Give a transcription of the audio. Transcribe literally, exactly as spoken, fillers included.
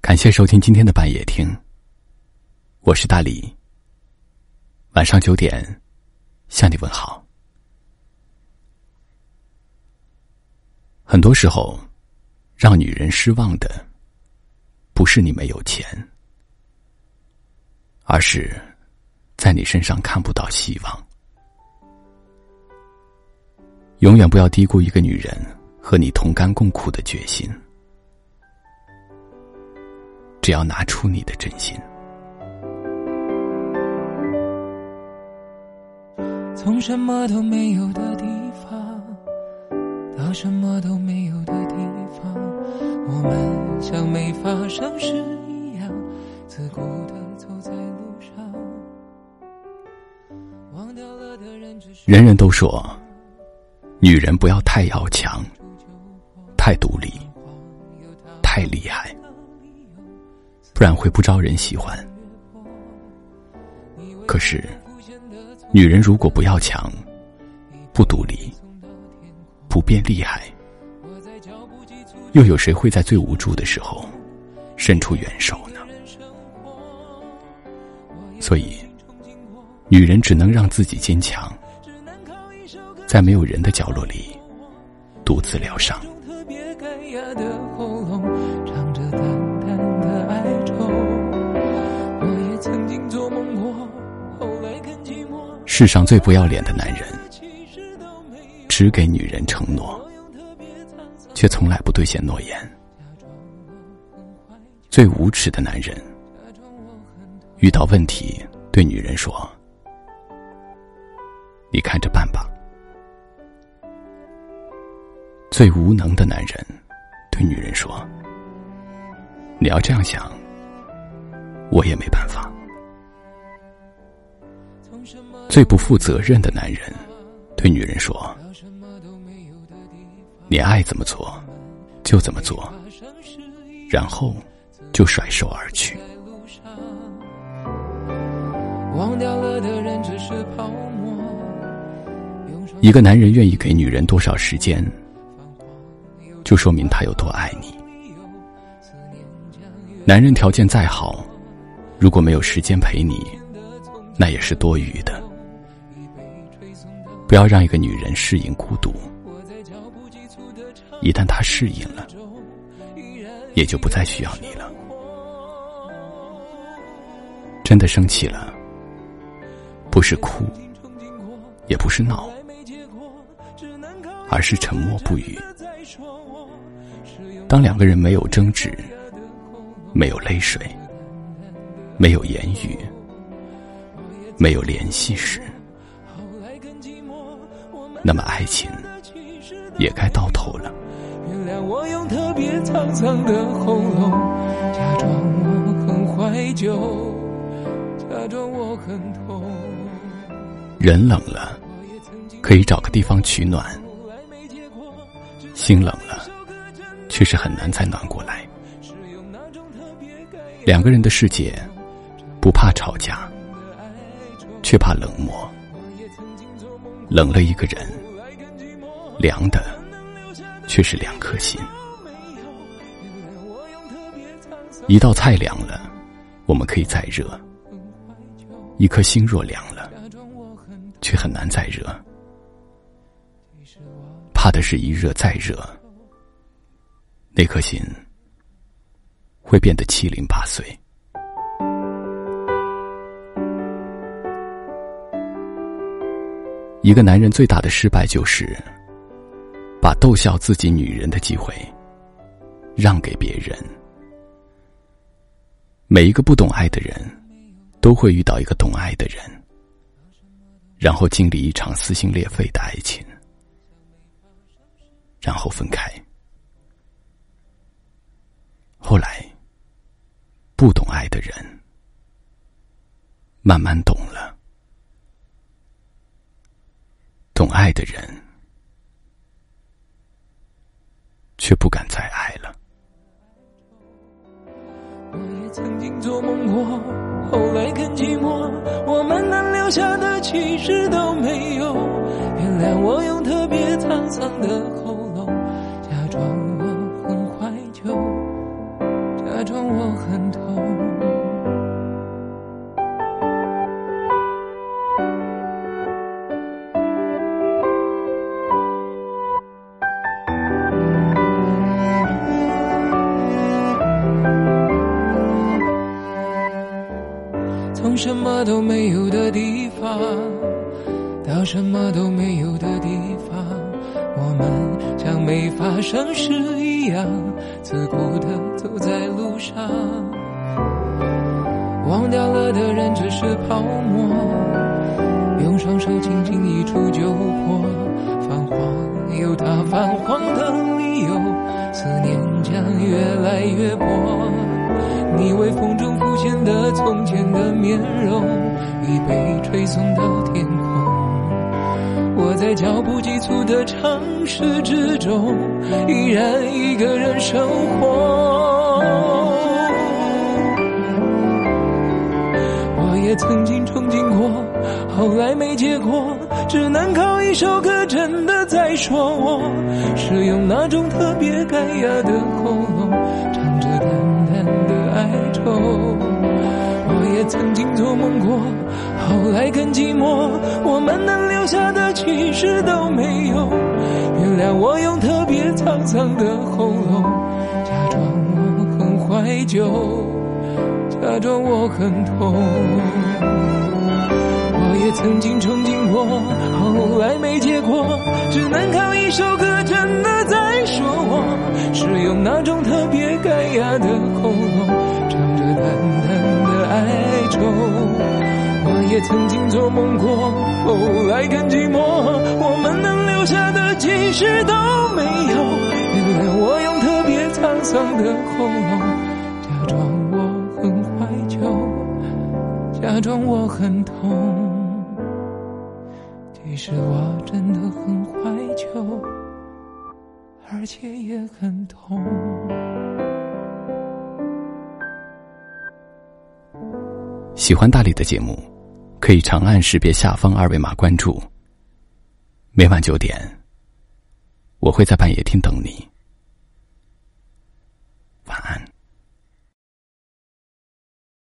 感谢收听今天的半夜听，我是大李。晚上九点向你问好。很多时候，让女人失望的不是你没有钱，而是在你身上看不到希望。永远不要低估一个女人和你同甘共苦的决心，只要拿出你的真心。 从什么都没有的地方到什么都没有的地方，我们像没发生事一样自顾地走在路上。忘掉了的人只是人人都说女人不要太要强，太独立，太厉害，不然会不招人喜欢。可是女人如果不要强，不独立，不变厉害，又有谁会在最无助的时候伸出援手呢？所以女人只能让自己坚强，在没有人的角落里独自疗伤。 特别干哑的喉咙唱着淡淡的哀愁，我也曾经做梦过，后来更寂寞。 世上最不要脸的男人，只给女人承诺，却从来不兑现诺言。最无耻的男人，遇到问题对女人说：“你看着办吧。”最无能的男人对女人说：“你要这样想，我也没办法。”最不负责任的男人对女人说：“你爱怎么做就怎么做，然后就甩手而去。” 忘掉了的人只是泡沫。 一个男人愿意给女人多少时间，就说明他有多爱你。男人条件再好，如果没有时间陪你，那也是多余的。不要让一个女人适应孤独，一旦她适应了，也就不再需要你了。真的生气了，不是哭，也不是闹，而是沉默不语。当两个人没有争执，没有泪水，没有言语，没有联系时，那么爱情也该到头了。 原谅我用特别沧桑的喉咙，假装我很怀旧，假装我很痛。 人冷了，可以找个地方取暖，心冷了，却是很难再暖过来。两个人的世界，不怕吵架，却怕冷漠。冷了一个人，凉的却是两颗心。一道菜凉了，我们可以再热；一颗心若凉了，却很难再热。怕的是一热再热，那颗心会变得七零八碎。一个男人最大的失败，就是把逗笑自己女人的机会让给别人。每一个不懂爱的人，都会遇到一个懂爱的人，然后经历一场撕心裂肺的爱情，然后分开。后来，不懂爱的人慢慢懂了，懂爱的人却不敢再爱了。 我也曾经做梦过，后来更寂寞，我们能留下的其实都没有。原谅我用特别沧桑的喉咙，假装我很怀旧，假装我我很痛。从什么都没有的地方到什么都没有的地方，我们像没发生事一样自顾地走在路上。忘掉了的人只是泡沫，用双手轻轻一触就破。泛黄有它泛黄的理由，思念将越来越薄。你微风中浮现的从前的面容，已被吹送到天空。我在脚步急促的城市之中，依然一个人生活。我也曾经憧憬过，后来没结果，只能靠一首歌真的在说我，是用那种特别干哑的喉咙唱着淡淡的哀愁。我也曾经做梦过，后来更寂寞，我们能留下的其实都没有。原谅我用特别沧桑的喉咙，假装我很怀旧，假装我很痛。我也曾经憧憬过，后来没结果，只能靠一首歌真的在说我，是用那种特别干哑的喉咙唱着淡淡的哀愁。我也曾经做梦过，后来更寂寞，我们能留下的其实都没有。原谅我用特别沧桑的喉咙，假装我很怀旧，假装我很痛。其实我真的很怀旧，而且也很痛。 喜欢大力的节目，可以长按识别下方二维码关注。每晚九点，我会在半夜听等你。晚安。